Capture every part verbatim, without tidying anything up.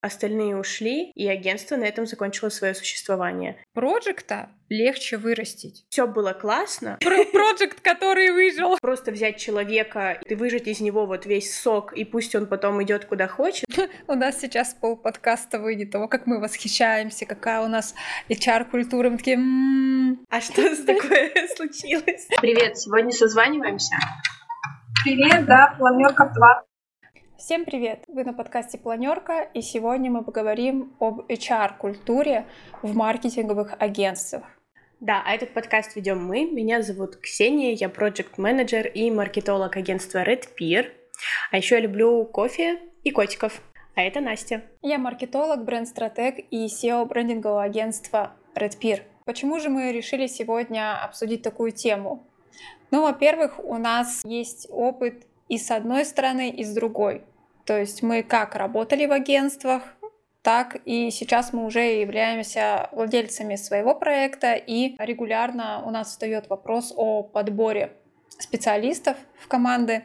остальные ушли, и агентство на этом закончило свое существование. Проджекта легче вырастить. Все было классно. Проджект, который выжил. Просто взять человека и выжать из него вот весь сок, и пусть он потом идет куда хочет. У нас сейчас пол подкаста выйдет того, как мы восхищаемся, какая у нас эйч ар-культура. Мы такие... М-м-м. А что такое случилось? Привет, сегодня созваниваемся. Привет, да, планерка два. Всем привет! Вы на подкасте «Планерка», и сегодня мы поговорим об эйч ар-культуре в маркетинговых агентствах. Да, а этот подкаст ведем мы. Меня зовут Ксения, я проект-менеджер и маркетолог агентства RedPeer. А еще я люблю кофе и котиков. А это Настя. Я маркетолог, бренд-стратег и си и о брендингового агентства RedPeer. Почему же мы решили сегодня обсудить такую тему? Ну, во-первых, у нас есть опыт и с одной стороны, и с другой. То есть мы как работали в агентствах, так и сейчас мы уже являемся владельцами своего проекта, и регулярно у нас встает вопрос о подборе специалистов в команды.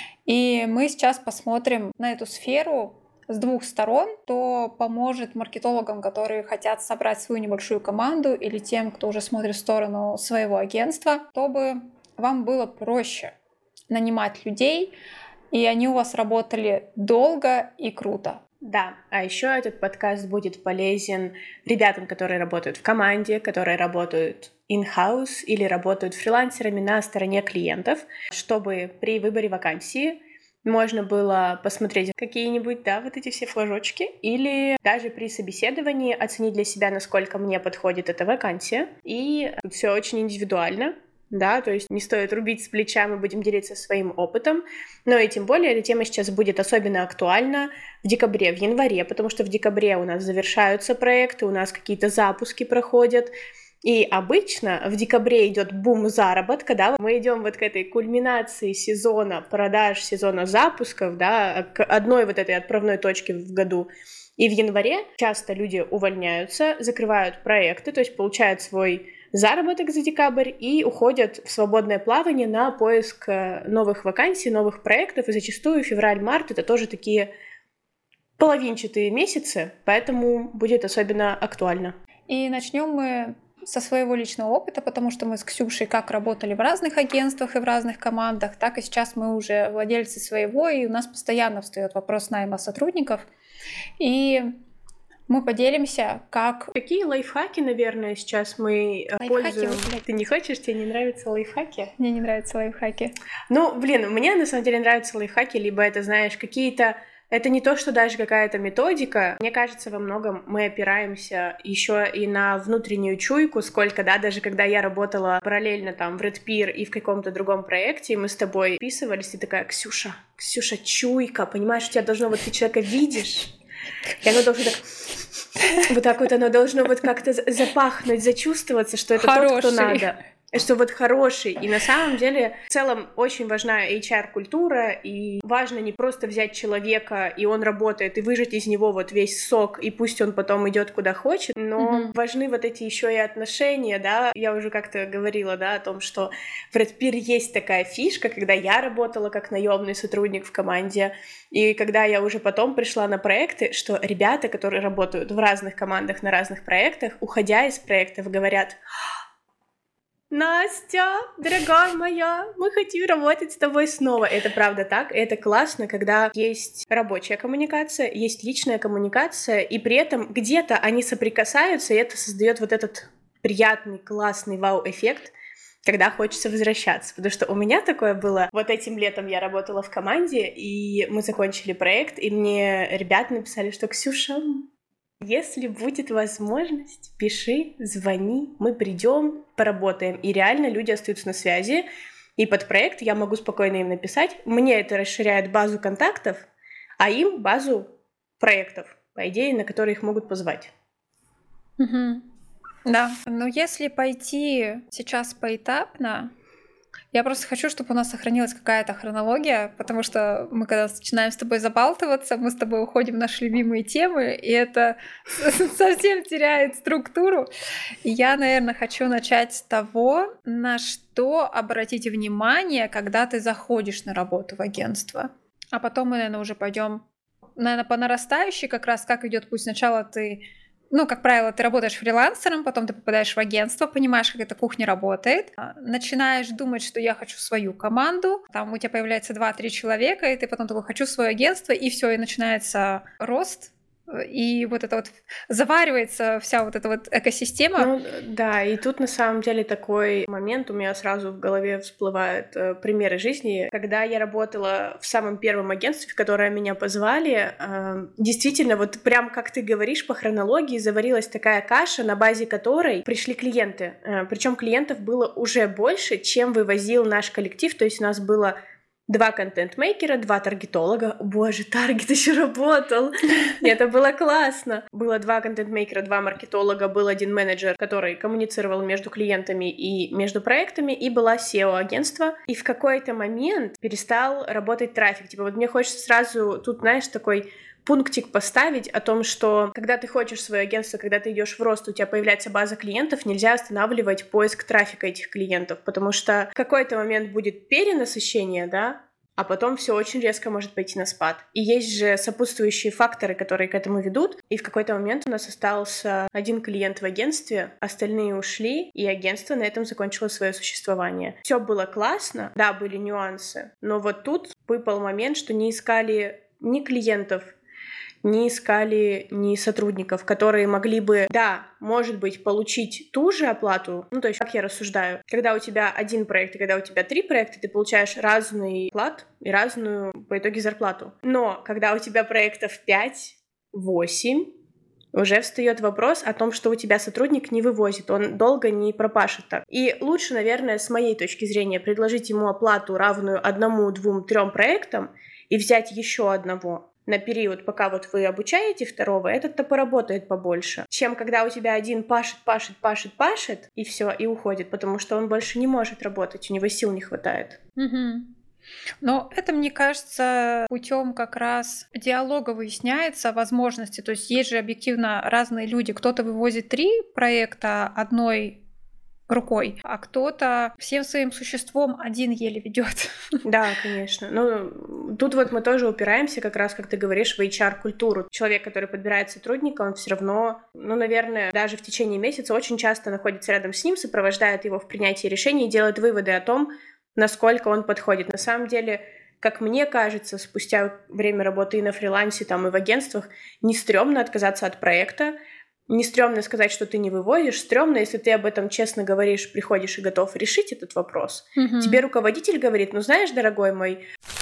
И мы сейчас посмотрим на эту сферу с двух сторон, кто поможет маркетологам, которые хотят собрать свою небольшую команду, или тем, кто уже смотрит в сторону своего агентства, чтобы вам было проще нанимать людей, и они у вас работали долго и круто. Да, а еще этот подкаст будет полезен ребятам, которые работают в команде, которые работают in-house или работают фрилансерами на стороне клиентов, чтобы при выборе вакансии можно было посмотреть какие-нибудь, да, вот эти все флажочки, или даже при собеседовании оценить для себя, насколько мне подходит эта вакансия. И тут все очень индивидуально. Да, то есть не стоит рубить с плеча, мы будем делиться своим опытом, но и тем более эта тема сейчас будет особенно актуальна в декабре, в январе, потому что в декабре у нас завершаются проекты, у нас какие-то запуски проходят, и обычно в декабре идет бум заработка, да, мы идем вот к этой кульминации сезона продаж, сезона запусков, да, к одной вот этой отправной точке в году. И в январе часто люди увольняются, закрывают проекты, то есть получают свой заработок за декабрь и уходят в свободное плавание на поиск новых вакансий, новых проектов. И зачастую февраль-март — это тоже такие половинчатые месяцы, поэтому будет особенно актуально. И начнем мы со своего личного опыта, потому что мы с Ксюшей как работали в разных агентствах и в разных командах, так и сейчас мы уже владельцы своего, и у нас постоянно встает вопрос найма сотрудников. И мы поделимся, как... Какие лайфхаки, наверное, сейчас мы лайфхаки пользуем? выделять. Ты не хочешь? Тебе не нравятся лайфхаки? Мне не нравятся лайфхаки. Ну, блин, мне на самом деле нравятся лайфхаки, либо это, знаешь, какие-то... Это не то, что даже какая-то методика. Мне кажется, во многом мы опираемся еще и на внутреннюю чуйку, сколько, да, даже когда я работала параллельно там в RedPeer и в каком-то другом проекте, и мы с тобой вписывались, ты такая: Ксюша, Ксюша, чуйка, понимаешь, у тебя должно вот, ты человека видишь, и оно должно так... Вот так вот оно должно вот как-то запахнуть, зачувствоваться, что это Хороший. тот, кто надо. Что вот хороший. И на самом деле в целом очень важна эйч ар-культура, и важно не просто взять человека, и он работает, и выжать из него вот весь сок, и пусть он потом идет куда хочет, но mm-hmm. важны вот эти еще и отношения, да. Я уже как-то говорила, да, о том, что в RedPeer есть такая фишка, когда я работала как наемный сотрудник в команде, и когда я уже потом пришла на проекты, что ребята, которые работают в разных командах на разных проектах, уходя из проектов, говорят: Настя, дорогая моя, мы хотим работать с тобой снова. Это правда так, это классно, когда есть рабочая коммуникация, есть личная коммуникация, и при этом где-то они соприкасаются, и это создает вот этот приятный, классный вау-эффект, когда хочется возвращаться. Потому что у меня такое было. Вот этим летом я работала в команде, и мы закончили проект, и мне ребята написали, что: Ксюша, если будет возможность, пиши, звони, мы придем, поработаем. И реально люди остаются на связи. И под проект я могу спокойно им написать. Мне это расширяет базу контактов, а им базу проектов, по идее, на которые их могут позвать. Угу. Да, но если пойти сейчас поэтапно, я просто хочу, чтобы у нас сохранилась какая-то хронология, потому что мы, когда начинаем с тобой забалтываться, мы с тобой уходим в наши любимые темы, и это совсем теряет структуру. И я, наверное, хочу начать с того, на что обратить внимание, когда ты заходишь на работу в агентство. А потом мы, наверное, уже пойдем наверное, по нарастающей как раз как идет путь. Сначала ты, ну, как правило, ты работаешь фрилансером, потом ты попадаешь в агентство, понимаешь, как эта кухня работает, начинаешь думать, что я хочу свою команду, там у тебя появляется два-три человека, и ты потом такой, хочу свое агентство, и все, и начинается рост. И вот это вот заваривается вся вот эта вот экосистема. Ну да, и тут на самом деле такой момент у меня сразу в голове всплывают э, примеры жизни. Когда я работала в самом первом агентстве, в которое меня позвали, э, действительно, вот прям как ты говоришь, по хронологии заварилась такая каша, на базе которой пришли клиенты. Э, причем клиентов было уже больше, чем вывозил наш коллектив, то есть у нас было два контент-мейкера, два таргетолога. Боже, таргет еще работал. Это было классно. Было два контент-мейкера, два маркетолога, был один менеджер, который коммуницировал между клиентами и между проектами, и была сео-агентство. И в какой-то момент перестал работать трафик. Типа вот мне хочется сразу тут, знаешь, такой пунктик поставить о том, что когда ты хочешь свое агентство, когда ты идешь в рост, у тебя появляется база клиентов, нельзя останавливать поиск трафика этих клиентов, потому что в какой-то момент будет перенасыщение, да, а потом все очень резко может пойти на спад. И есть же сопутствующие факторы, которые к этому ведут. И в какой-то момент у нас остался один клиент в агентстве, остальные ушли, и агентство на этом закончило свое существование. Все было классно, да, были нюансы, но вот тут выпал момент, что не искали ни клиентов, не искали ни сотрудников, которые могли бы, да, может быть, получить ту же оплату. Ну, то есть, как я рассуждаю, когда у тебя один проект и когда у тебя три проекта, ты получаешь разный оклад и разную, по итоге, зарплату. Но когда у тебя проектов пять-восемь, уже встает вопрос о том, что у тебя сотрудник не вывозит, он долго не пропашет так. И лучше, наверное, с моей точки зрения, предложить ему оплату, равную одному, двум, трем проектам, и взять еще одного на период, пока вот вы обучаете второго, этот-то поработает побольше, чем когда у тебя один пашет, пашет, пашет, пашет, и все, и уходит, потому что он больше не может работать, у него сил не хватает. Угу. Но это, мне кажется, путем как раз диалога выясняется возможности. То есть есть же объективно разные люди. Кто-то вывозит три проекта одной рукой, а кто-то всем своим существом один еле ведет. Да, конечно. Ну, тут вот мы тоже упираемся, как раз, как ты говоришь, в эйч ар-культуру. Человек, который подбирает сотрудника, он все равно, ну, наверное, даже в течение месяца очень часто находится рядом с ним, сопровождает его в принятии решений и делает выводы о том, насколько он подходит. На самом деле, как мне кажется, спустя время работы и на фрилансе, там, и в агентствах, не стрёмно отказаться от проекта, не стрёмно сказать, что ты не вывозишь, стрёмно, если ты об этом честно говоришь, приходишь и готов решить этот вопрос. Mm-hmm. Тебе руководитель говорит, ну знаешь, дорогой мой,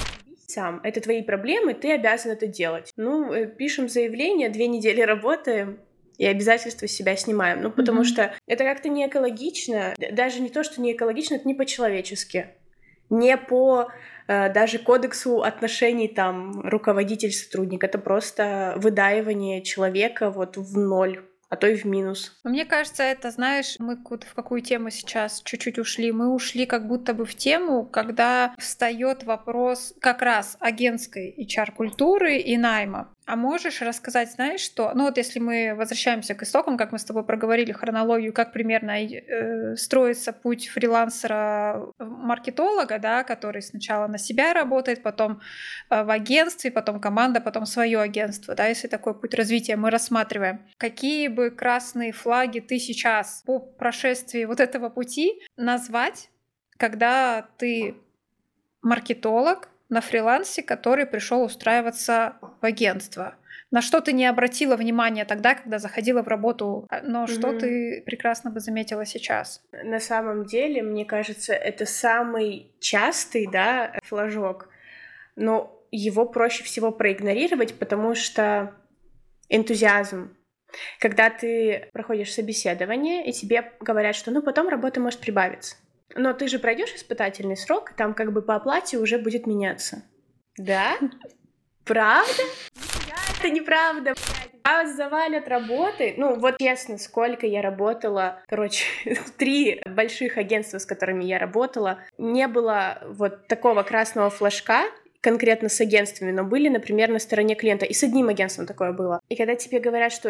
сам, это твои проблемы, ты обязан это делать. Ну, пишем заявление, две недели работаем, и обязательства с себя снимаем. Ну, потому mm-hmm. что это как-то не экологично, даже не то, что не экологично, это не по-человечески. Не по э, даже кодексу отношений там руководитель-сотрудник. Это просто выдаивание человека вот в ноль, а то и в минус. Мне кажется, это, знаешь, мы в какую тему сейчас чуть-чуть ушли. Мы ушли как будто бы в тему, когда встает вопрос как раз агентской эйч ар-культуры и найма. А можешь рассказать, знаешь, что? Ну вот если мы возвращаемся к истокам, как мы с тобой проговорили хронологию, как примерно э, строится путь фрилансера-маркетолога, да, который сначала на себя работает, потом э, в агентстве, потом команда, потом свое агентство, да, если такой путь развития мы рассматриваем. Какие бы красные флаги ты сейчас по прошествии вот этого пути назвать, когда ты маркетолог на фрилансе, который пришел устраиваться в агентство? На что ты не обратила внимания тогда, когда заходила в работу, но mm-hmm. что ты прекрасно бы заметила сейчас? На самом деле, мне кажется, это самый частый, да, флажок, но его проще всего проигнорировать, потому что энтузиазм. Когда ты проходишь собеседование, и тебе говорят, что ну потом работа может прибавиться. Но ты же пройдешь испытательный срок, и там как бы по оплате уже будет меняться. Да? Правда? Это неправда. Вас завалят работы. Ну, вот честно, сколько я работала. Короче, три больших агентства, с которыми я работала. Не было вот такого красного флажка, конкретно с агентствами, но были, например, на стороне клиента. И с одним агентством такое было. И когда тебе говорят, что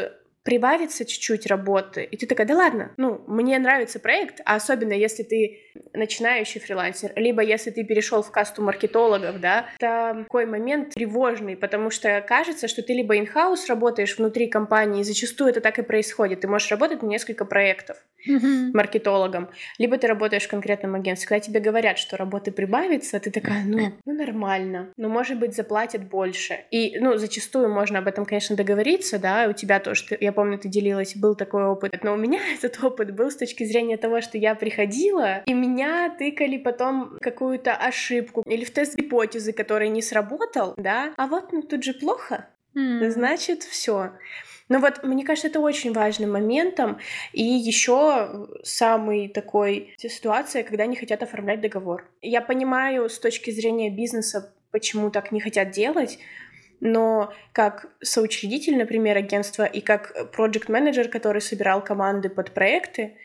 прибавится чуть-чуть работы, и ты такая, да ладно, ну, мне нравится проект, а особенно если ты начинающий фрилансер, либо если ты перешел в касту маркетологов, да, это такой момент тревожный, потому что кажется, что ты либо in-house работаешь внутри компании, и зачастую это так и происходит, ты можешь работать на несколько проектов mm-hmm. маркетологом, либо ты работаешь в конкретном агентстве, когда тебе говорят, что работы прибавится, ты такая, ну, ну нормально, ну, может быть, заплатят больше, и, ну, зачастую можно об этом, конечно, договориться, да, у тебя тоже, ты, я помню, ты делилась, был такой опыт, но у меня этот опыт был с точки зрения того, что я приходила, и меня тыкали потом какую-то ошибку или в тест гипотезы, который не сработал, да, а вот ну тут же плохо, mm. значит, все. Ну вот, мне кажется, это очень важным моментом, и еще самый такой ситуация, когда не хотят оформлять договор. Я понимаю с точки зрения бизнеса, почему так не хотят делать, но как соучредитель, например, агентства, и как проект-менеджер, который собирал команды под проекты,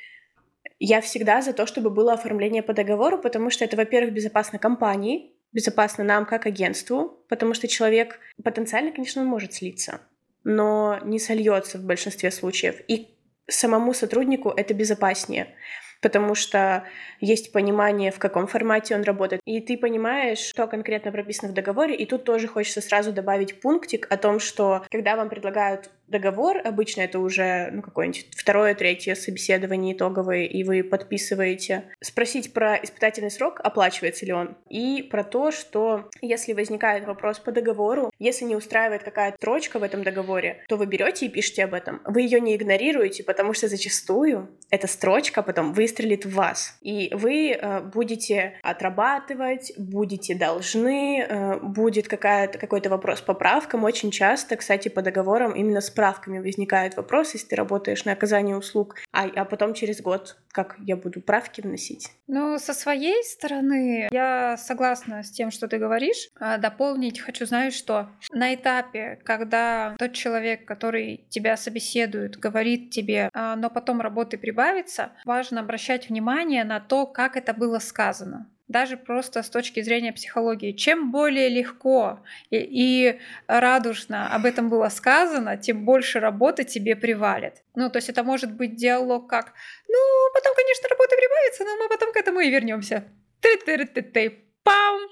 я всегда за то, чтобы было оформление по договору, потому что это, во-первых, безопасно компании, безопасно нам как агентству, потому что человек потенциально, конечно, он может слиться, но не сольется в большинстве случаев. И самому сотруднику это безопаснее, потому что есть понимание, в каком формате он работает, и ты понимаешь, что конкретно прописано в договоре, и тут тоже хочется сразу добавить пунктик о том, что когда вам предлагают договор, обычно это уже ну, какое-нибудь второе, третье собеседование итоговое, и вы подписываете, спросить про испытательный срок, оплачивается ли он, и про то, что если возникает вопрос по договору, если не устраивает какая-то строчка в этом договоре, то вы берете и пишете об этом. Вы ее не игнорируете, потому что зачастую эта строчка потом выстрелит в вас, и вы э, будете отрабатывать, будете должны, э, будет какая-то, какой-то вопрос по правкам. Очень часто, кстати, по договорам именно с правками возникает вопрос, если ты работаешь на оказание услуг, а, а потом через год, как я буду правки вносить? Ну, со своей стороны, я согласна с тем, что ты говоришь. Дополнить хочу, знаешь, что на этапе, когда тот человек, который тебя собеседует, говорит тебе, но потом работы прибавится, важно обращать внимание на то, как это было сказано. Даже просто с точки зрения психологии. Чем более легко и, и радужно об этом было сказано, тем больше работы тебе привалит. Ну, то есть это может быть диалог как «Ну, потом, конечно, работа прибавится, но мы потом к этому и вернемся. Ты-ты-ты-ты, пам!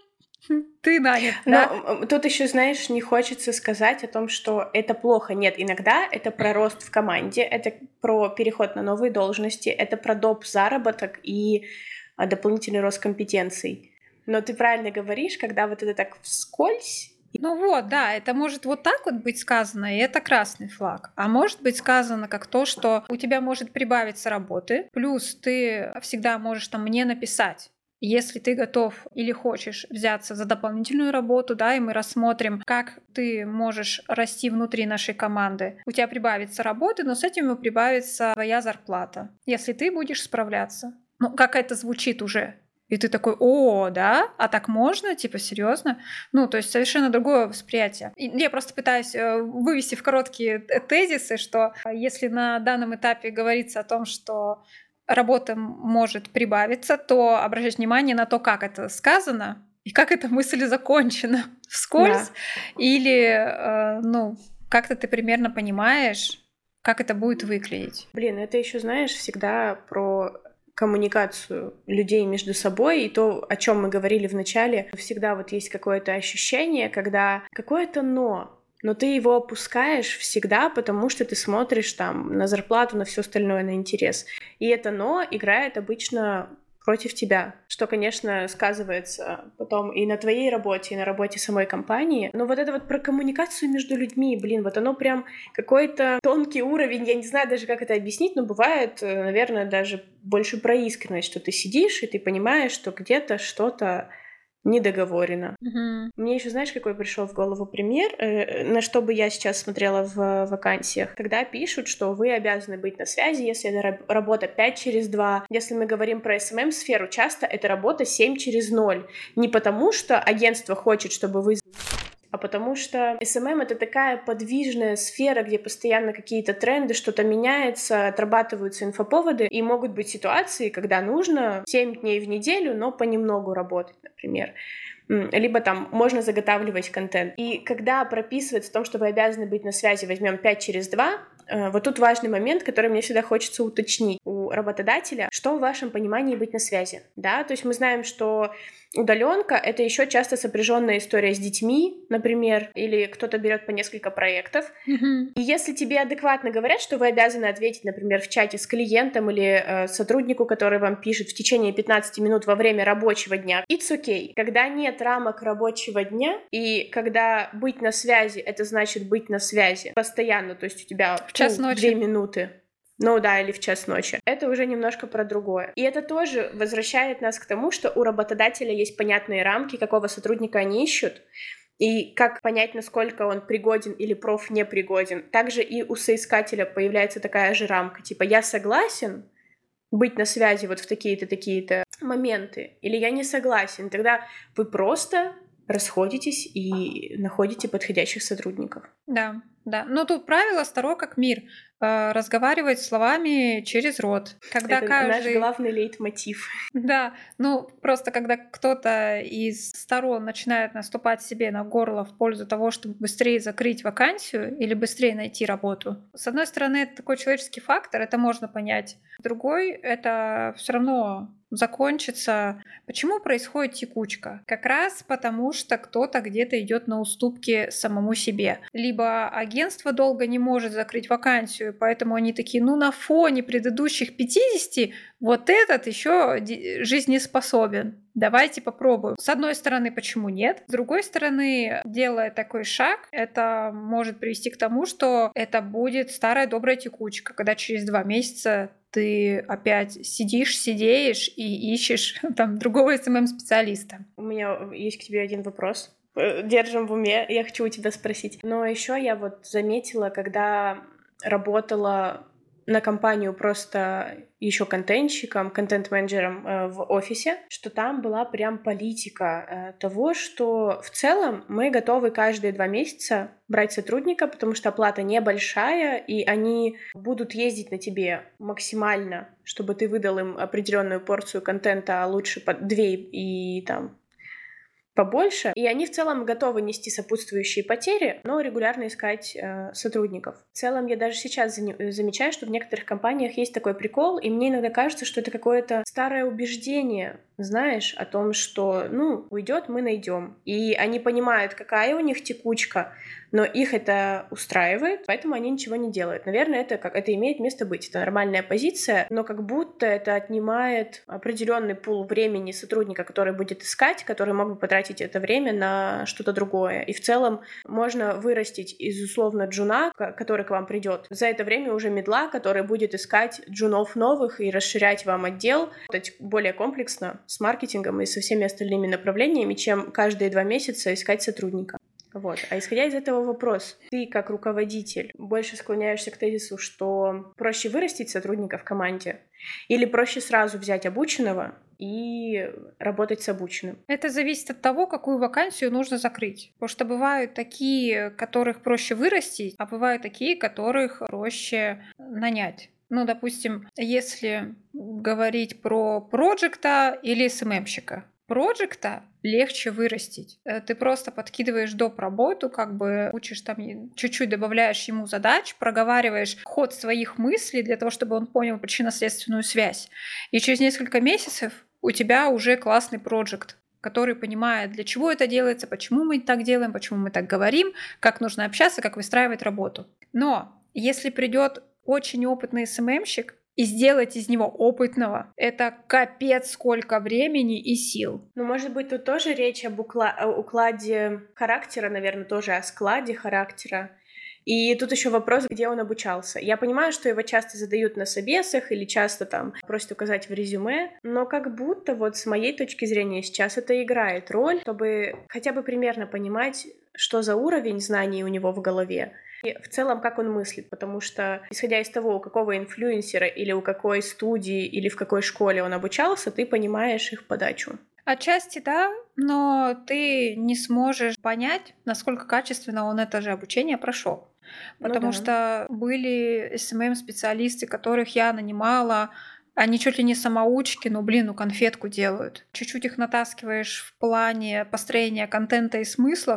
Ты нанят, да?» Но тут еще, знаешь, не хочется сказать о том, что это плохо. Нет, иногда это про рост в команде, это про переход на новые должности, это про доп. Заработок и дополнительный рост компетенций. Но ты правильно говоришь, когда вот это так вскользь. Ну вот, да, это может вот так вот быть сказано, и это красный флаг. А может быть сказано как то, что у тебя может прибавиться работы, плюс ты всегда можешь там мне написать. Если ты готов или хочешь взяться за дополнительную работу, да, и мы рассмотрим, как ты можешь расти внутри нашей команды, у тебя прибавится работы, но с этим и прибавится твоя зарплата, если ты будешь справляться. Ну, как это звучит уже. И ты такой, о, да? А так можно? Типа, серьезно? Ну, то есть совершенно другое восприятие. И я просто пытаюсь вывести в короткие тезисы, что если на данном этапе говорится о том, что работа может прибавиться, то обращать внимание на то, как это сказано и как эта мысль закончена вскользь. Да. Или, э, ну, как-то ты примерно понимаешь, как это будет выглядеть. Блин, это еще, знаешь, всегда про коммуникацию людей между собой, и то, о чем мы говорили в начале, всегда вот есть какое-то ощущение, когда какое-то «но», но ты его опускаешь всегда, потому что ты смотришь там на зарплату, на все остальное, на интерес. И это «но» играет обычно против тебя, что, конечно, сказывается потом и на твоей работе, и на работе самой компании. Но вот это вот про коммуникацию между людьми, блин, вот оно прям какой-то тонкий уровень, я не знаю даже, как это объяснить, но бывает, наверное, даже больше про искренность, что ты сидишь, и ты понимаешь, что где-то что-то недоговорено. Mm-hmm. Мне еще, знаешь, какой пришел в голову пример, э, на что бы я сейчас смотрела в вакансиях. Когда пишут, что вы обязаны быть на связи, если это работа пять через два. Если мы говорим про эс эм эм-сферу, часто это работа семь через ноль. Не потому, что агентство хочет, чтобы вы... а потому что эс эм эм — это такая подвижная сфера, где постоянно какие-то тренды, что-то меняется, отрабатываются инфоповоды, и могут быть ситуации, когда нужно семь дней в неделю, но понемногу работать, например. Либо там можно заготавливать контент. И когда прописывается в том, что вы обязаны быть на связи, возьмем пять через два, Вот тут важный момент, который мне всегда хочется уточнить у работодателя, что в вашем понимании быть на связи, да, то есть мы знаем, что удаленка — это еще часто сопряженная история с детьми, например, или кто-то берет по несколько проектов. Мгм. И если тебе адекватно говорят, что вы обязаны ответить, например, в чате с клиентом или э, сотруднику, который вам пишет в течение пятнадцати минут во время рабочего дня, it's okay. Когда нет рамок рабочего дня, и когда быть на связи, это значит быть на связи постоянно, то есть у тебя В час ну, ночи. две минуты. Ну да, или в час ночи. Это уже немножко про другое. И это тоже возвращает нас к тому, что у работодателя есть понятные рамки, какого сотрудника они ищут, и как понять, насколько он пригоден или проф непригоден. Также и у соискателя появляется такая же рамка, типа «я согласен быть на связи вот в такие-то, такие-то моменты», или «я не согласен». Тогда вы просто расходитесь и находите подходящих сотрудников. Да, да. Но тут правило старо как мир. Э, Разговаривать словами через рот. Когда Это наш каждый... главный лейтмотив. Да, ну просто когда кто-то из сторон начинает наступать себе на горло в пользу того, чтобы быстрее закрыть вакансию или быстрее найти работу. С одной стороны, это такой человеческий фактор, это можно понять. С другой, это все равно закончится. Почему происходит текучка? Как раз потому, что кто-то где-то идет на уступки самому себе. Либо агентство долго не может закрыть вакансию, поэтому они такие, ну на фоне предыдущих пятидесяти вот этот еще жизнеспособен. Давайте попробуем. С одной стороны, почему нет? С другой стороны, делая такой шаг, это может привести к тому, что это будет старая добрая текучка, когда через два месяца ты опять сидишь, сидеешь и ищешь там другого эс эм эм-специалиста. У меня есть к тебе один вопрос. Держим в уме, я хочу у тебя спросить. Но еще я вот заметила, когда работала на компанию просто еще контентщиком, контент-менеджером э, в офисе, что там была прям политика э, того, что в целом мы готовы каждые два месяца брать сотрудника, потому что оплата небольшая, и они будут ездить на тебе максимально, чтобы ты выдал им определенную порцию контента, а лучше по две и там побольше, и они в целом готовы нести сопутствующие потери, но регулярно искать э, сотрудников. В целом я даже сейчас за- замечаю, что в некоторых компаниях есть такой прикол, и мне иногда кажется, что это какое-то старое убеждение, знаешь, о том, что, ну, уйдет, мы найдем. И они понимают, какая у них текучка, но их это устраивает, поэтому они ничего не делают. Наверное, это как это имеет место быть, это нормальная позиция, но как будто это отнимает определенный пул времени сотрудника, который будет искать, который мог бы потратить это время на что-то другое. И в целом можно вырастить из условно джуна, который к вам придет, за это время уже медла, который будет искать джунов новых и расширять вам отдел, работать более комплексно с маркетингом и со всеми остальными направлениями, чем каждые два месяца искать сотрудника. Вот. А исходя из этого вопрос, ты как руководитель больше склоняешься к тезису, что проще вырастить сотрудника в команде или проще сразу взять обученного и работать с обученным? Это зависит от того, какую вакансию нужно закрыть. Потому что бывают такие, которых проще вырастить, а бывают такие, которых проще нанять. Ну, допустим, если говорить про проджекта или эс эм эм-щика. Проджекта легче вырастить. Ты просто подкидываешь доп. Работу, как бы учишь там, чуть-чуть добавляешь ему задач, проговариваешь ход своих мыслей для того, чтобы он понял причинно-следственную связь. И через несколько месяцев у тебя уже классный проджект, который понимает, для чего это делается, почему мы так делаем, почему мы так говорим, как нужно общаться, как выстраивать работу. Но если придет очень опытный эс эм эм-щик, и сделать из него опытного, это капец сколько времени и сил. Ну, может быть, тут тоже речь об укла- укладе характера, наверное, тоже о складе характера. И тут еще вопрос, где он обучался. Я понимаю, что его часто задают на собесах или часто там просят указать в резюме, но как будто вот с моей точки зрения сейчас это играет роль, чтобы хотя бы примерно понимать, что за уровень знаний у него в голове, и в целом, как он мыслит, потому что, исходя из того, у какого инфлюенсера или у какой студии или в какой школе он обучался, ты понимаешь их подачу. Отчасти да, но ты не сможешь понять, насколько качественно он это же обучение прошел. Потому ну да. что были эс эм эм-специалисты, которых я нанимала, они чуть ли не самоучки, но, блин, ну конфетку делают. Чуть-чуть их натаскиваешь в плане построения контента и смыслов,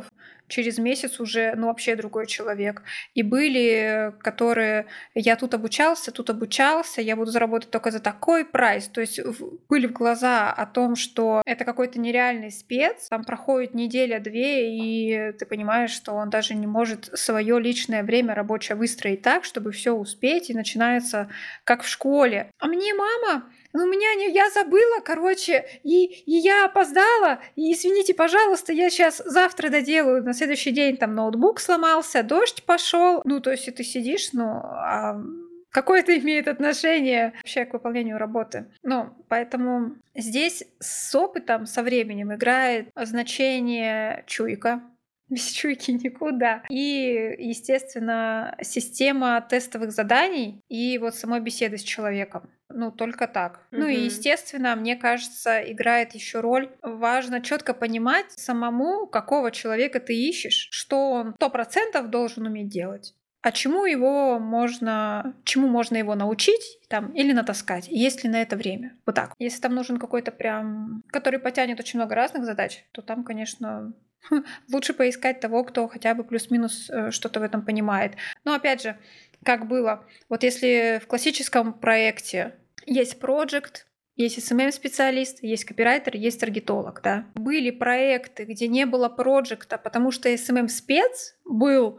через месяц уже, ну, вообще другой человек. И были, которые я тут обучался, тут обучался, я буду заработать только за такой прайс. То есть были в глаза о том, что это какой-то нереальный спец, там проходит неделя-две, и ты понимаешь, что он даже не может свое личное время рабочее выстроить так, чтобы все успеть, и начинается как в школе. А мне мама, ну, у меня не, я забыла, короче, и, и я опоздала, и извините, пожалуйста, я сейчас завтра доделаю, на следующий день там ноутбук сломался, дождь пошел. Ну, то есть, и ты сидишь, ну, а какое это имеет отношение вообще к выполнению работы? Ну, поэтому здесь с опытом, со временем играет значение чуйка. Без чуйки никуда. И, естественно, система тестовых заданий и вот самой беседы с человеком. Ну, только так. Mm-hmm. Ну и, естественно, мне кажется, играет еще роль. Важно четко понимать самому, какого человека ты ищешь, что он сто процентов должен уметь делать. А чему его можно, чему можно его научить там, или натаскать, есть ли на это время. Вот так. Если там нужен какой-то прям, который потянет очень много разных задач, то там, конечно, лучше поискать того, кто хотя бы плюс-минус что-то в этом понимает. Но опять же, как было, вот если в классическом проекте есть проект, есть эс эм эм-специалист, есть копирайтер, есть таргетолог, да. Были проекты, где не было проекта, потому что эс эм эм-спец был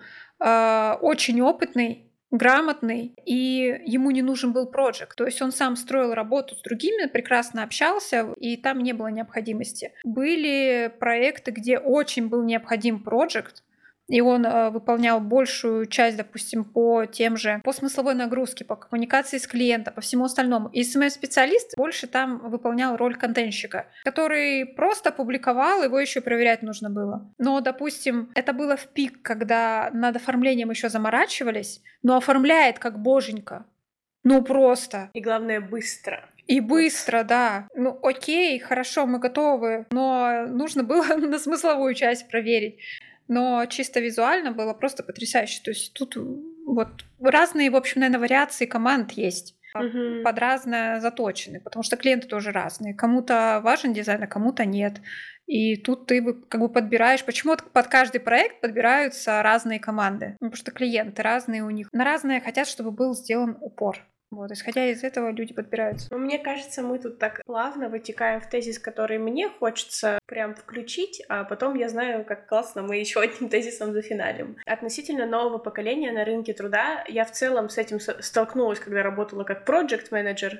э, очень опытный, грамотный, и ему не нужен был проект. То есть он сам строил работу с другими, прекрасно общался, и там не было необходимости. Были проекты, где очень был необходим проект, и он э, выполнял большую часть, допустим, по тем же, по смысловой нагрузке, по коммуникации с клиентом, по всему остальному. И эс эм эм-специалист больше там выполнял роль контентщика, который просто публиковал, его еще проверять нужно было. Но, допустим, это было в пик, когда над оформлением еще заморачивались, но оформляет как боженька. Ну просто. И главное, быстро. И быстро, вот. Да. Ну окей, хорошо, мы готовы, но нужно было на смысловую часть проверить. Но чисто визуально было просто потрясающе. То есть тут вот разные, в общем, наверное, вариации команд есть. Uh-huh. Под разное заточены, потому что клиенты тоже разные. Кому-то важен дизайн, а кому-то нет. И тут ты как бы подбираешь, почему под каждый проект подбираются разные команды. Ну, потому что клиенты разные у них. На разные хотят, чтобы был сделан упор. Вот, исходя из этого, люди подбираются. Ну, мне кажется, мы тут так плавно вытекаем в тезис, который мне хочется прям включить, а потом я знаю, как классно мы еще одним тезисом зафиналим. Относительно нового поколения на рынке труда, я в целом с этим столкнулась, когда работала как проект-менеджер.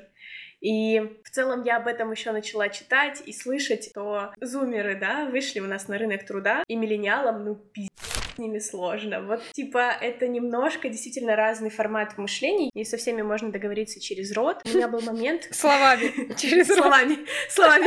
И в целом я об этом еще начала читать и слышать, что зумеры, да, вышли у нас на рынок труда, и миллениалам, ну, пиздец, с ними сложно. Вот, типа, это немножко действительно разный формат мышления, и со всеми можно договориться через рот. У меня был момент... Словами. Через рот. Словами. Словами.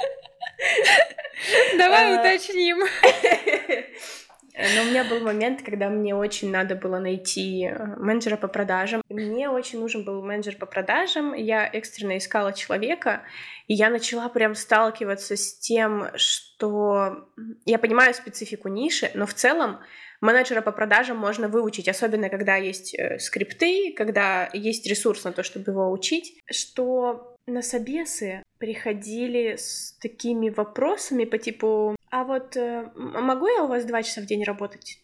Давай уточним. Но у меня был момент, когда мне очень надо было найти менеджера по продажам. Мне очень нужен был менеджер по продажам. Я экстренно искала человека, и я начала прям сталкиваться с тем, что я понимаю специфику ниши, но в целом менеджера по продажам можно выучить, особенно когда есть скрипты, когда есть ресурс на то, чтобы его учить, что на собесы приходили с такими вопросами по типу: а вот э, могу я у вас два часа в день работать?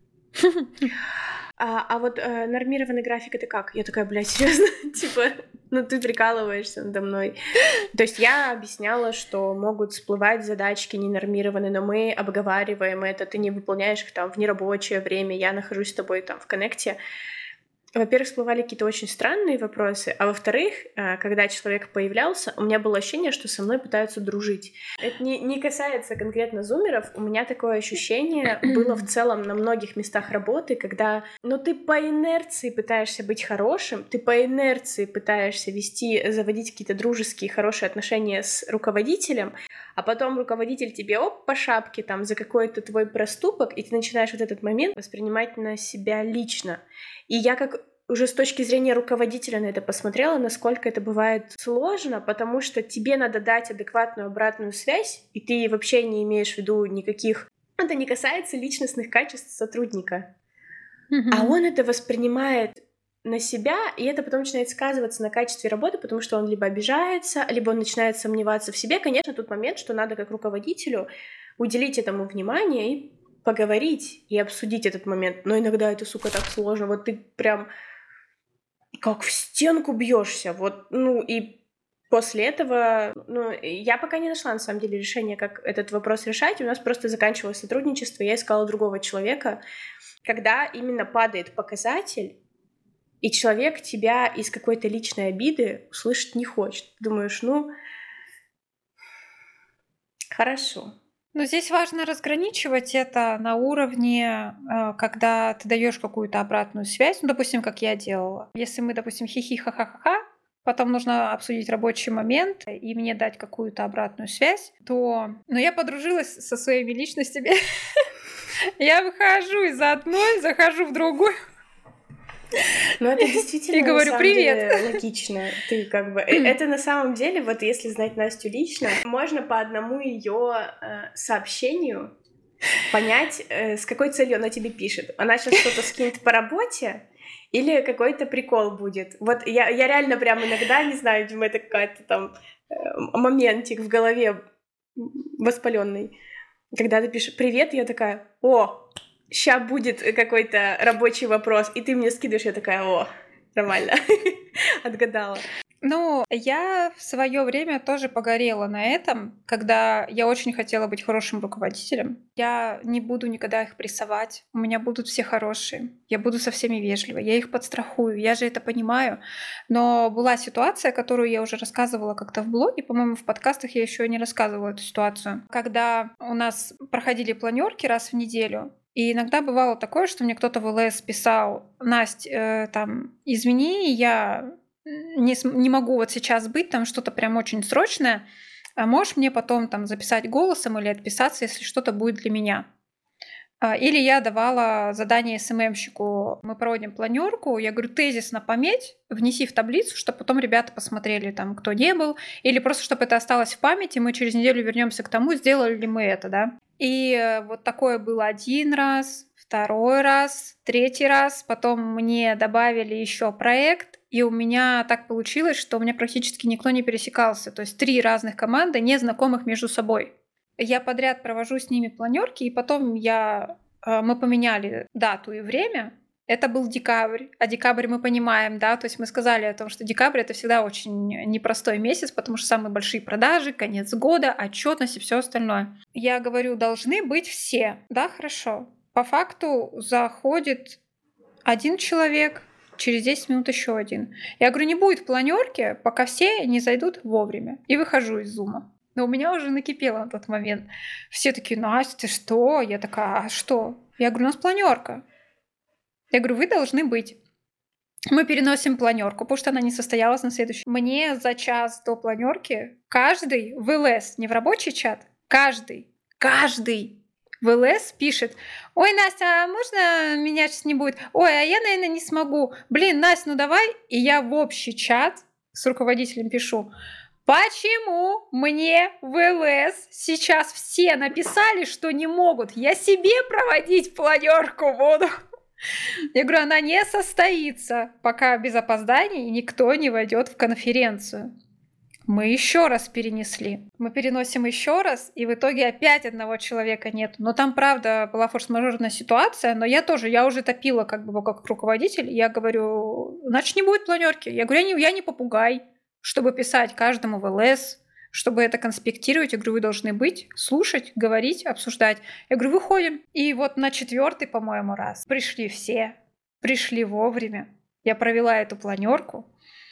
А, а вот э, нормированный график — это как? Я такая, блядь, серьезно? Типа, ну ты прикалываешься надо мной. То есть я объясняла, что могут всплывать задачки ненормированные, но мы обговариваем это, ты не выполняешь их там в нерабочее время, я нахожусь с тобой там в коннекте. Во-первых, всплывали какие-то очень странные вопросы, а во-вторых, когда человек появлялся, у меня было ощущение, что со мной пытаются дружить. Это не, не касается конкретно зумеров, у меня такое ощущение было в целом на многих местах работы, когда, ну, ты по инерции пытаешься быть хорошим, ты по инерции пытаешься вести, заводить какие-то дружеские, хорошие отношения с руководителем, а потом руководитель тебе оп по шапке там за какой-то твой проступок, и ты начинаешь вот этот момент воспринимать на себя лично. И я как уже с точки зрения руководителя на это посмотрела, насколько это бывает сложно, потому что тебе надо дать адекватную обратную связь, и ты вообще не имеешь в виду никаких... Это не касается личностных качеств сотрудника. Mm-hmm. А он это воспринимает на себя, и это потом начинает сказываться на качестве работы, потому что он либо обижается, либо он начинает сомневаться в себе. Конечно, тот момент, что надо как руководителю уделить этому внимание и поговорить и обсудить этот момент, но иногда это, сука, так сложно. Вот ты прям как в стенку бьешься. Вот, ну и после этого, ну, я пока не нашла, на самом деле, решения, как этот вопрос решать. У нас просто заканчивалось сотрудничество, я искала другого человека. Когда именно падает показатель, и человек тебя из какой-то личной обиды услышать не хочет. Думаешь, ну, хорошо. Но здесь важно разграничивать это на уровне, э, когда ты даешь какую-то обратную связь, ну, допустим, как я делала. Если мы, допустим, хихи ха-ха-ха-ха, потом нужно обсудить рабочий момент и мне дать какую-то обратную связь, то... Но я подружилась со своими личностями. Я выхожу из одной, захожу в другую. Ну, это действительно, и говорю, на самом привет. деле, логично. Ты как бы... Это на самом деле, вот если знать Настю лично, можно по одному ее э, сообщению понять, э, с какой целью она тебе пишет. Она сейчас что-то скинет по работе или какой-то прикол будет. Вот я, я реально прям иногда, не знаю, видимо, это какая-то там э, моментик в голове воспаленный. Когда ты пишешь «Привет», я такая «О, ща будет какой-то рабочий вопрос», и ты мне скидываешь, я такая «О, нормально, отгадала». Ну, я в свое время тоже погорела на этом, когда я очень хотела быть хорошим руководителем. Я не буду никогда их прессовать, у меня будут все хорошие, я буду со всеми вежлива, я их подстрахую, я же это понимаю. Но была ситуация, которую я уже рассказывала как-то в блоге, по-моему, в подкастах я еще не рассказывала эту ситуацию, когда у нас проходили планерки раз в неделю. И иногда бывало такое, что мне кто-то в ЛС писал: «Насть, э, там, извини, я не, не могу вот сейчас быть, там что-то прям очень срочное, а можешь мне потом там записать голосом или отписаться, если что-то будет для меня». Или я давала задание эс эм эм-щику: мы проводим планерку, я говорю, тезисно пометь, внеси в таблицу, чтобы потом ребята посмотрели, там, кто не был, или просто чтобы это осталось в памяти, мы через неделю вернемся к тому, сделали ли мы это, да. И вот такое было один раз, второй раз, третий раз, потом мне добавили еще проект, и у меня так получилось, что у меня практически никто не пересекался, то есть три разных команды, не знакомых между собой. Я подряд провожу с ними планерки, и потом я, мы поменяли дату и время. Это был декабрь, а декабрь мы понимаем, да, то есть мы сказали о том, что декабрь — это всегда очень непростой месяц, потому что самые большие продажи, конец года, отчетность и все остальное. Я говорю, должны быть все. Да, хорошо. По факту заходит один человек, через десять минут еще один. Я говорю, не будет планерки, пока все не зайдут вовремя. И выхожу из зума. Но у меня уже накипело на тот момент. Все такие: «Настя, ты что?» Я такая: «А что?» Я говорю, у нас планерка. Я говорю, вы должны быть. Мы переносим планерку, потому что она не состоялась на следующий. Мне за час до планерки каждый в ЛС, не в рабочий чат, каждый, каждый в ЛС пишет: «Ой, Настя, а можно меня сейчас не будет? Ой, а я, наверное, не смогу. Блин, Настя, ну давай». И я в общий чат с руководителем пишу: «Почему мне в ЛС сейчас все написали, что не могут? Я себе проводить планерку буду». Я говорю, она не состоится, пока без опозданий никто не войдет в конференцию. Мы еще раз перенесли. Мы переносим еще раз, и в итоге опять одного человека нет. Но там, правда, была форс-мажорная ситуация, но я тоже, я уже топила как бы как руководитель. Я говорю, значит, не будет планерки. Я говорю, я не, я не попугай, чтобы писать каждому в ЛС, чтобы это конспектировать. Я говорю, вы должны быть, слушать, говорить, обсуждать. Я говорю, выходим. И вот на четвертый, по-моему, раз пришли все, пришли вовремя. Я провела эту планерку.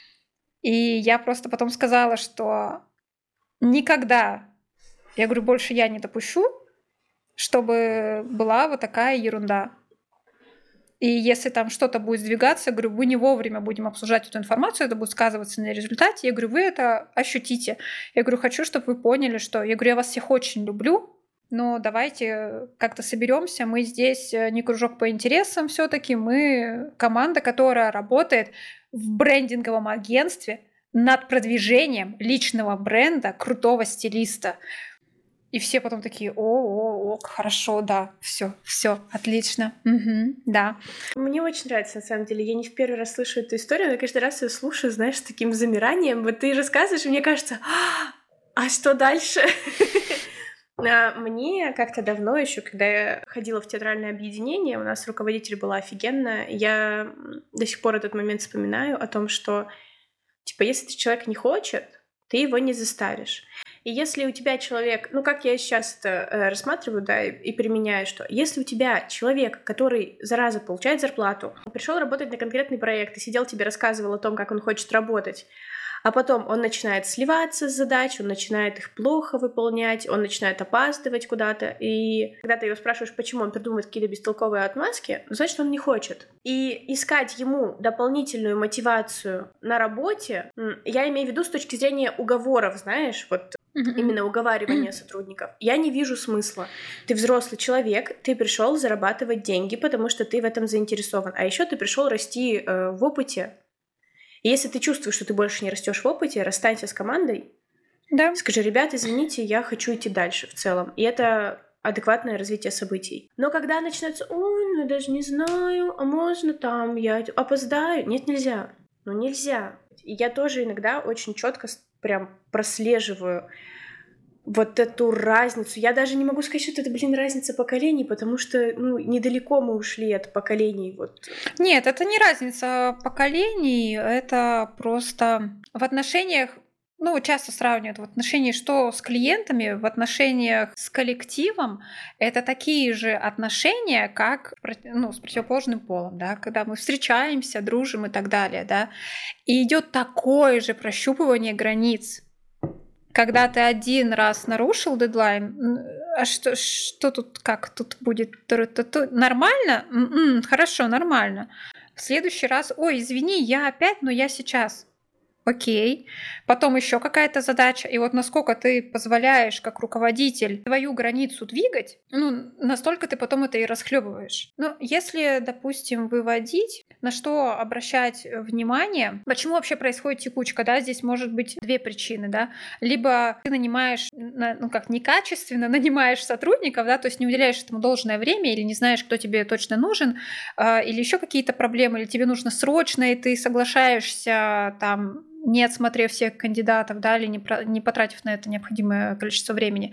И я просто потом сказала, что никогда, я говорю, больше я не допущу, чтобы была вот такая ерунда. И если там что-то будет сдвигаться, я говорю, мы не вовремя будем обсуждать эту информацию, это будет сказываться на результате. Я говорю, вы это ощутите. Я говорю, хочу, чтобы вы поняли, что... Я говорю, я вас всех очень люблю, но давайте как-то соберемся. Мы здесь не кружок по интересам все-таки, мы команда, которая работает в брендинговом агентстве над продвижением личного бренда крутого стилиста. И все потом такие: о, о, о, хорошо, да, все, все, отлично, угу, да. Мне очень нравится, на самом деле. Я не в первый раз слышу эту историю, но каждый раз ее слушаю, знаешь, с таким замиранием. Вот ты рассказываешь, и мне кажется, а что дальше? А мне как-то давно еще, когда я ходила в театральное объединение, у нас руководитель была офигенная. Я до сих пор этот момент вспоминаю о том, что, типа, если человек не хочет, ты его не заставишь. И если у тебя человек, ну, как я сейчас это э, рассматриваю, да, и, и применяю, что если у тебя человек, который, зараза, получает зарплату, пришел работать на конкретный проект и сидел тебе рассказывал о том, как он хочет работать, а потом он начинает сливаться с задач, он начинает их плохо выполнять, он начинает опаздывать куда-то, и когда ты его спрашиваешь, почему он придумывает какие-то бестолковые отмазки, ну, значит, он не хочет. И искать ему дополнительную мотивацию на работе, я имею в виду с точки зрения уговоров, знаешь, вот именно уговаривания сотрудников, я не вижу смысла. Ты взрослый человек, ты пришел зарабатывать деньги, потому что ты в этом заинтересован, а еще ты пришел расти э, в опыте. И если ты чувствуешь, что ты больше не растешь в опыте, расстанься с командой. Да. Скажи, ребята, извините, я хочу идти дальше в целом. И это адекватное развитие событий. Но когда начинается, ой, ну я даже не знаю, а можно там, я опоздаю? Нет, нельзя. Ну нельзя. И я тоже иногда очень четко прям прослеживаю вот эту разницу. Я даже не могу сказать, что это, блин, разница поколений, потому что, ну, недалеко мы ушли от поколений. Вот. Нет, это не разница поколений, это просто в отношениях, ну, часто сравнивают в отношении что с клиентами, в отношениях с коллективом, это такие же отношения, как, ну, с противоположным полом, да, когда мы встречаемся, дружим и так далее, да, и идет такое же прощупывание границ. Когда ты один раз нарушил дедлайн, а что, что тут, как тут будет? Нормально? М-м, хорошо, нормально. В следующий раз, ой, извини, я опять, но я сейчас. Окей. Потом еще какая-то задача. И вот насколько ты позволяешь, как руководитель, твою границу двигать, ну, настолько ты потом это и расхлебываешь. Но если, допустим, выводить, на что обращать внимание, почему вообще происходит текучка, да, здесь может быть две причины, да. Либо ты нанимаешь, ну как, некачественно нанимаешь сотрудников, да, то есть не уделяешь этому должное время или не знаешь, кто тебе точно нужен, или еще какие-то проблемы, или тебе нужно срочно, и ты соглашаешься там, не отсмотрев всех кандидатов, да, или не, про, не потратив на это необходимое количество времени.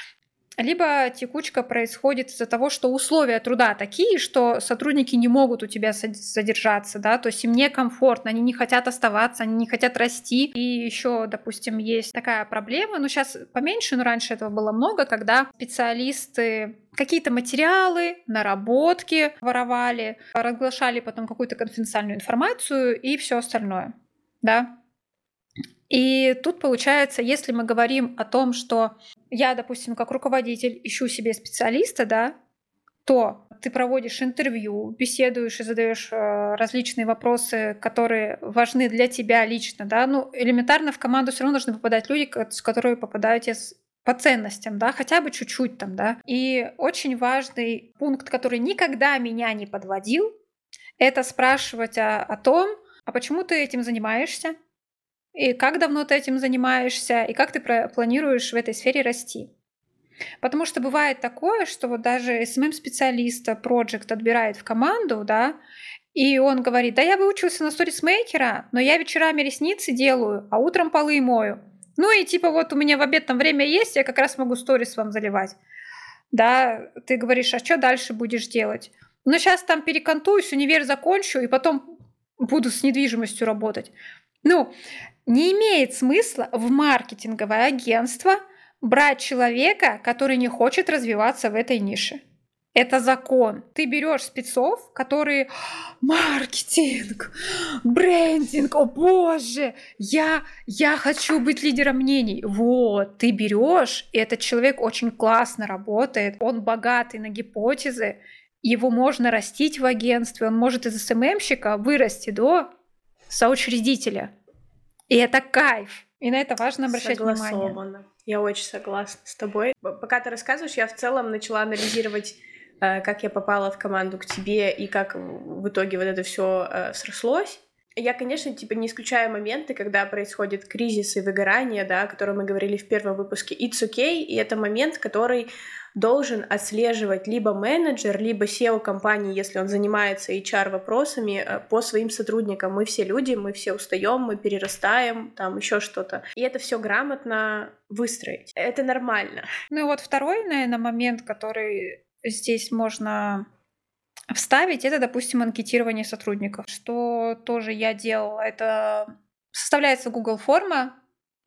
Либо текучка происходит из-за того, что условия труда такие, что сотрудники не могут у тебя задержаться, да, то есть им некомфортно, они не хотят оставаться, они не хотят расти. И еще, допустим, есть такая проблема, ну сейчас поменьше, но раньше этого было много, когда специалисты какие-то материалы, наработки воровали, разглашали потом какую-то конфиденциальную информацию и все остальное, да. И тут получается, если мы говорим о том, что я, допустим, как руководитель ищу себе специалиста, да, то ты проводишь интервью, беседуешь и задаешь э, различные вопросы, которые важны для тебя лично, да, ну, элементарно в команду все равно должны попадать люди, с которыми попадаете по ценностям, да, хотя бы чуть-чуть там, да. И очень важный пункт, который никогда меня не подводил, это спрашивать о, о том, а почему ты этим занимаешься, и как давно ты этим занимаешься, и как ты планируешь в этой сфере расти. Потому что бывает такое, что вот даже эс эм эм-специалиста проект отбирает в команду, да, и он говорит, да я выучился на сторисмейкера, но я вечерами ресницы делаю, а утром полы мою. Ну и типа вот у меня в обед там время есть, я как раз могу сторис вам заливать. Да, ты говоришь, а что дальше будешь делать? Ну сейчас там перекантуюсь, универ закончу, и потом буду с недвижимостью работать. Ну, не имеет смысла в маркетинговое агентство брать человека, который не хочет развиваться в этой нише. Это закон. Ты берешь спецов, которые маркетинг, брендинг, о боже, я, я хочу быть лидером мнений. Вот, ты берешь, и этот человек очень классно работает, он богатый на гипотезы, его можно растить в агентстве, он может из эс эм эм-щика вырасти до соучредителя. И это кайф. И на это важно обращать Согласовано. внимание. Я очень согласна с тобой. Пока ты рассказываешь, я в целом начала анализировать, как я попала в команду к тебе и как в итоге вот это все срослось. Я, конечно, типа не исключаю моменты, когда происходит кризис и выгорание, да, о котором мы говорили в первом выпуске. It's okay, и это момент, который должен отслеживать либо менеджер, либо сео компании, если он занимается эйч ар-вопросами, по своим сотрудникам. Мы все люди, мы все устаем, мы перерастаем, там еще что-то. И это все грамотно выстроить. Это нормально. Ну и вот второй, наверное, момент, который здесь можно вставить, это, допустим, анкетирование сотрудников. Что тоже я делала, это составляется Google форма,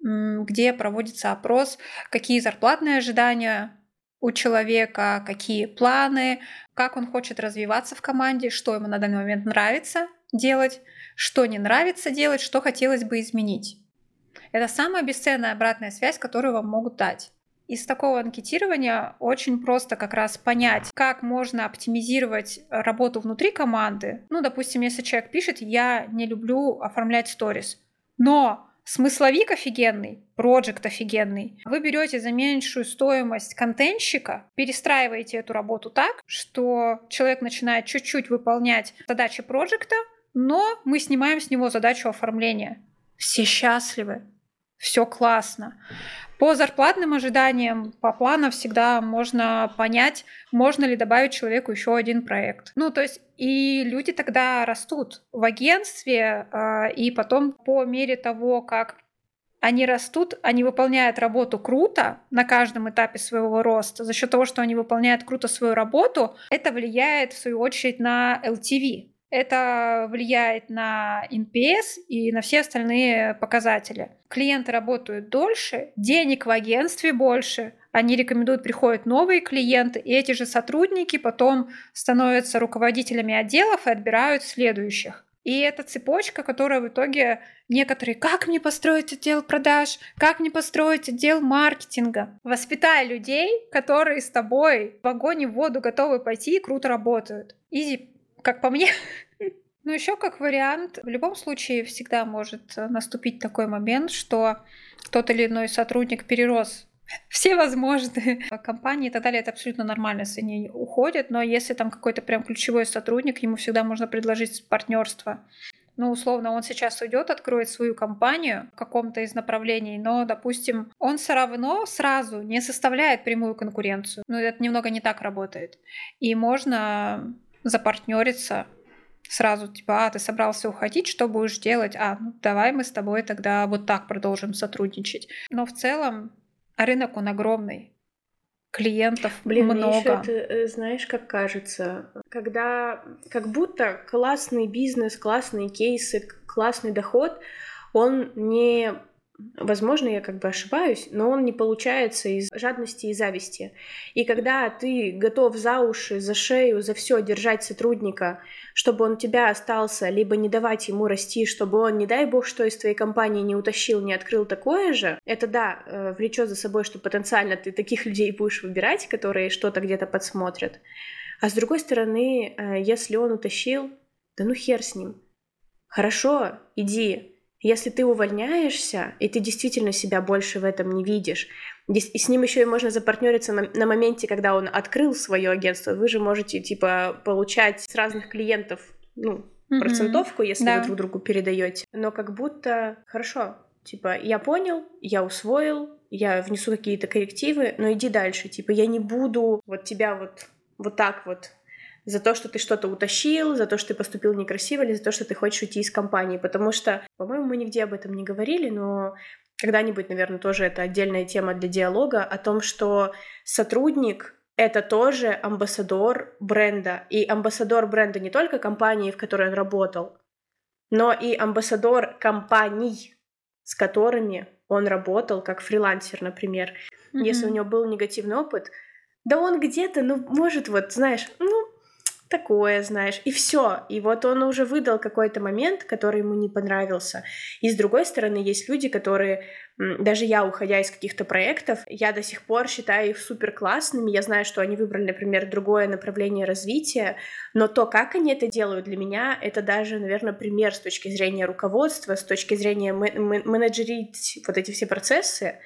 где проводится опрос, какие зарплатные ожидания у человека, какие планы, как он хочет развиваться в команде, что ему на данный момент нравится делать, что не нравится делать, что хотелось бы изменить. Это самая бесценная обратная связь, которую вам могут дать. Из такого анкетирования очень просто как раз понять, как можно оптимизировать работу внутри команды. Ну, допустим, если человек пишет: «Я не люблю оформлять сторис», но смысловик офигенный, проект офигенный. Вы берете за меньшую стоимость контентщика, перестраиваете эту работу так, что человек начинает чуть-чуть выполнять задачи проекта, но мы снимаем с него задачу оформления. Все счастливы, все классно. По зарплатным ожиданиям, по планам всегда можно понять, можно ли добавить человеку еще один проект. Ну, то есть и люди тогда растут в агентстве, и потом по мере того, как они растут, они выполняют работу круто на каждом этапе своего роста. За счет того, что они выполняют круто свою работу, это влияет, в свою очередь, на эл ти ви. Это влияет на эн пи эс и на все остальные показатели. Клиенты работают дольше, денег в агентстве больше, они рекомендуют, приходят новые клиенты, и эти же сотрудники потом становятся руководителями отделов и отбирают следующих. И это цепочка, которая в итоге некоторые: как мне построить отдел продаж, как мне построить отдел маркетинга. Воспитай людей, которые с тобой в огонь и в воду готовы пойти и круто работают. Изи, как по мне. Ну, еще как вариант, в любом случае всегда может наступить такой момент, что тот или иной сотрудник перерос все возможные компании и так далее. Это абсолютно нормально, если они уходят, но если там какой-то прям ключевой сотрудник, ему всегда можно предложить партнерство. Ну, условно, он сейчас уйдет, откроет свою компанию в каком-то из направлений, но, допустим, он все равно сразу не составляет прямую конкуренцию. Ну, это немного не так работает. И можно запартнериться сразу, типа: а, ты собрался уходить, что будешь делать? А, ну давай мы с тобой тогда вот так продолжим сотрудничать. Но в целом рынок, он огромный. Клиентов Блин, много. Блин, это, знаешь, как кажется, когда как будто классный бизнес, классные кейсы, классный доход, он не... Возможно, я как бы ошибаюсь, но он не получается из жадности и зависти. И когда ты готов за уши, за шею, за все держать сотрудника, чтобы он у тебя остался, либо не давать ему расти, чтобы он, не дай бог, что из твоей компании не утащил, не открыл такое же, это, да, влечет за собой, что потенциально ты таких людей будешь выбирать, которые что-то где-то подсмотрят. А с другой стороны, если он утащил, да ну хер с ним. Хорошо, иди. Если ты увольняешься, и ты действительно себя больше в этом не видишь, и с ним еще и можно запартнериться на, на моменте, когда он открыл свое агентство, вы же можете, типа, получать с разных клиентов, ну, mm-hmm. процентовку, если да. вы друг другу передаете. Но как будто, хорошо, типа, я понял, я усвоил, я внесу какие-то коррективы, но иди дальше, типа, я не буду вот тебя вот, вот так вот за то, что ты что-то утащил, за то, что ты поступил некрасиво, или за то, что ты хочешь уйти из компании. Потому что, по-моему, мы нигде об этом не говорили, но когда-нибудь, наверное, тоже это отдельная тема для диалога о том, что сотрудник — это тоже амбассадор бренда. И амбассадор бренда не только компании, в которой он работал, но и амбассадор компаний, с которыми он работал, как фрилансер, например. Mm-hmm. Если у него был негативный опыт, да он где-то, ну, может, вот, знаешь, ну, такое, знаешь, и все. И вот он уже выдал какой-то момент, который ему не понравился. И с другой стороны, есть люди, которые, даже я, уходя из каких-то проектов, я до сих пор считаю их супер классными. Я знаю, что они выбрали, например, другое направление развития, но то, как они это делают, для меня это даже, наверное, пример с точки зрения руководства, с точки зрения менеджерить вот эти все процессы.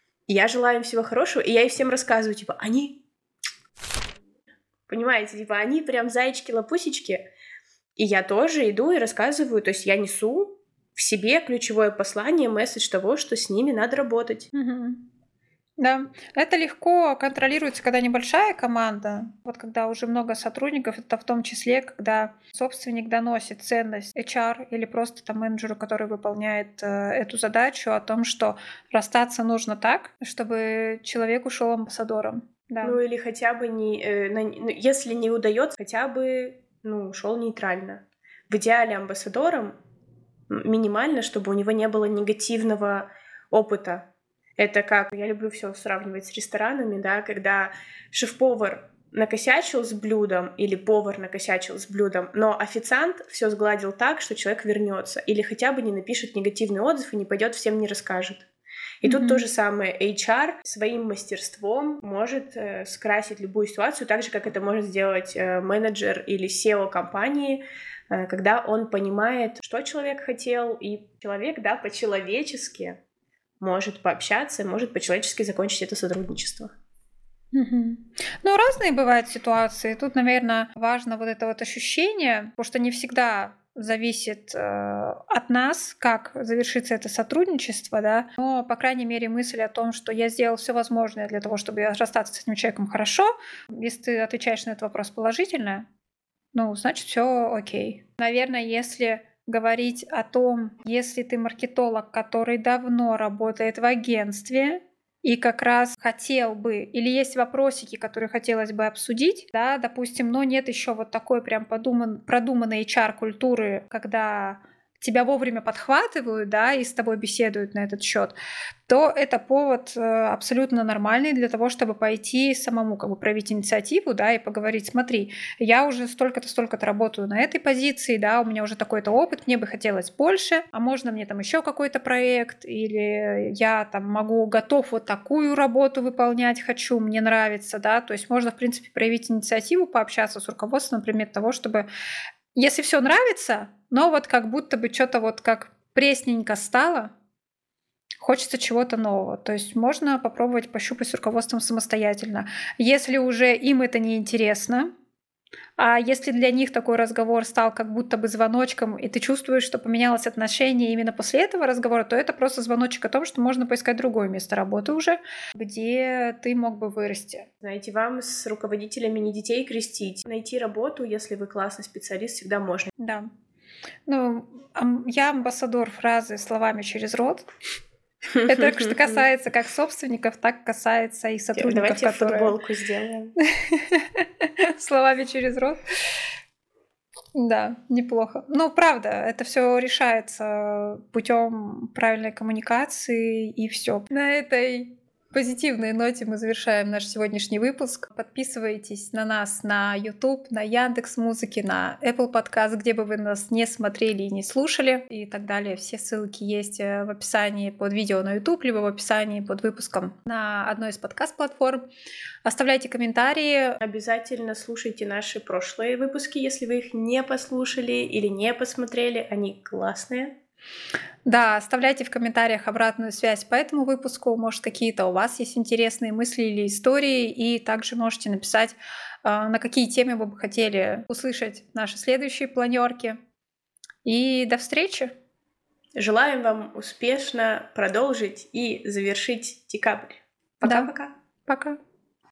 Я желаю им всего хорошего, и я и всем рассказываю, типа, они... Понимаете, типа, они прям зайчики-лопусечки, И я тоже иду и рассказываю, то есть я несу в себе ключевое послание, месседж того, что с ними надо работать. Угу. Да, это легко контролируется, когда небольшая команда. Вот когда уже много сотрудников, это в том числе, когда собственник доносит ценность эйч ар или просто там менеджеру, который выполняет э, эту задачу, о том, что расстаться нужно так, чтобы человек ушел амбассадором. Да. Ну или хотя бы не, э, на, ну, если не удается, хотя бы ну ушел нейтрально. В идеале амбассадором минимально, чтобы у него не было негативного опыта. Это как, я люблю все сравнивать с ресторанами, да, когда шеф-повар накосячил с блюдом или повар накосячил с блюдом, но официант все сгладил так, что человек вернется или хотя бы не напишет негативный отзыв и не пойдет всем не расскажет. И mm-hmm. тут то же самое. эйч ар своим мастерством может э, скрасить любую ситуацию, так же, как это может сделать э, менеджер или си и о компании, э, когда он понимает, что человек хотел, и человек, да, по-человечески может пообщаться, может по-человечески закончить это сотрудничество. Угу. Ну, разные бывают ситуации. Тут, наверное, важно вот это вот ощущение, потому что не всегда зависит э, от нас, как завершится это сотрудничество, да, но, по крайней мере, мысль о том, что я сделал все возможное для того, чтобы расстаться с этим человеком хорошо, если ты отвечаешь на этот вопрос положительно, ну, значит, все окей. Наверное, если говорить о том, если ты маркетолог, который давно работает в агентстве и как раз хотел бы, или есть вопросики, которые хотелось бы обсудить, да, допустим, но нет еще вот такой прям подуман, продуманной эйч ар-культуры, когда тебя вовремя подхватывают, да, и с тобой беседуют на этот счет, то это повод э, абсолютно нормальный для того, чтобы пойти самому как бы проявить инициативу, да, и поговорить: смотри, я уже столько-то, столько-то работаю на этой позиции, да, у меня уже такой-то опыт, мне бы хотелось больше, а можно мне там еще какой-то проект, или я там могу, готов вот такую работу выполнять, хочу, мне нравится, да, то есть можно, в принципе, проявить инициативу, пообщаться с руководством, например, того, чтобы, если все нравится, но вот как будто бы что-то вот как пресненько стало, хочется чего-то нового. То есть можно попробовать пощупать с руководством самостоятельно. Если уже им это не интересно, а если для них такой разговор стал как будто бы звоночком, и ты чувствуешь, что поменялось отношение именно после этого разговора, то это просто звоночек о том, что можно поискать другое место работы уже, где ты мог бы вырасти. Знаете, вам с руководителями не детей крестить. Найти работу, если вы классный специалист, всегда можно. Да. Ну, я амбассадор фразы «словами через рот». Это что касается как собственников, так касается и сотрудников, Давайте которые... футболку сделаем. Словами через рот. Да, неплохо. Ну, правда, это все решается путем правильной коммуникации, и все. На этой позитивной ноте мы завершаем наш сегодняшний выпуск. Подписывайтесь на нас на YouTube, на Яндекс.Музыке, на Apple Podcast, где бы вы нас не смотрели и не слушали, и так далее. Все ссылки есть в описании под видео на YouTube, либо в описании под выпуском на одной из подкаст-платформ. Оставляйте комментарии. Обязательно слушайте наши прошлые выпуски, если вы их не послушали или не посмотрели. Они классные. Да, оставляйте в комментариях обратную связь по этому выпуску. Может, какие-то у вас есть интересные мысли или истории. И также можете написать, на какие темы вы бы хотели услышать наши следующие планерки. И до встречи! Желаем вам успешно продолжить и завершить декабрь. Пока-пока. Да. Пока.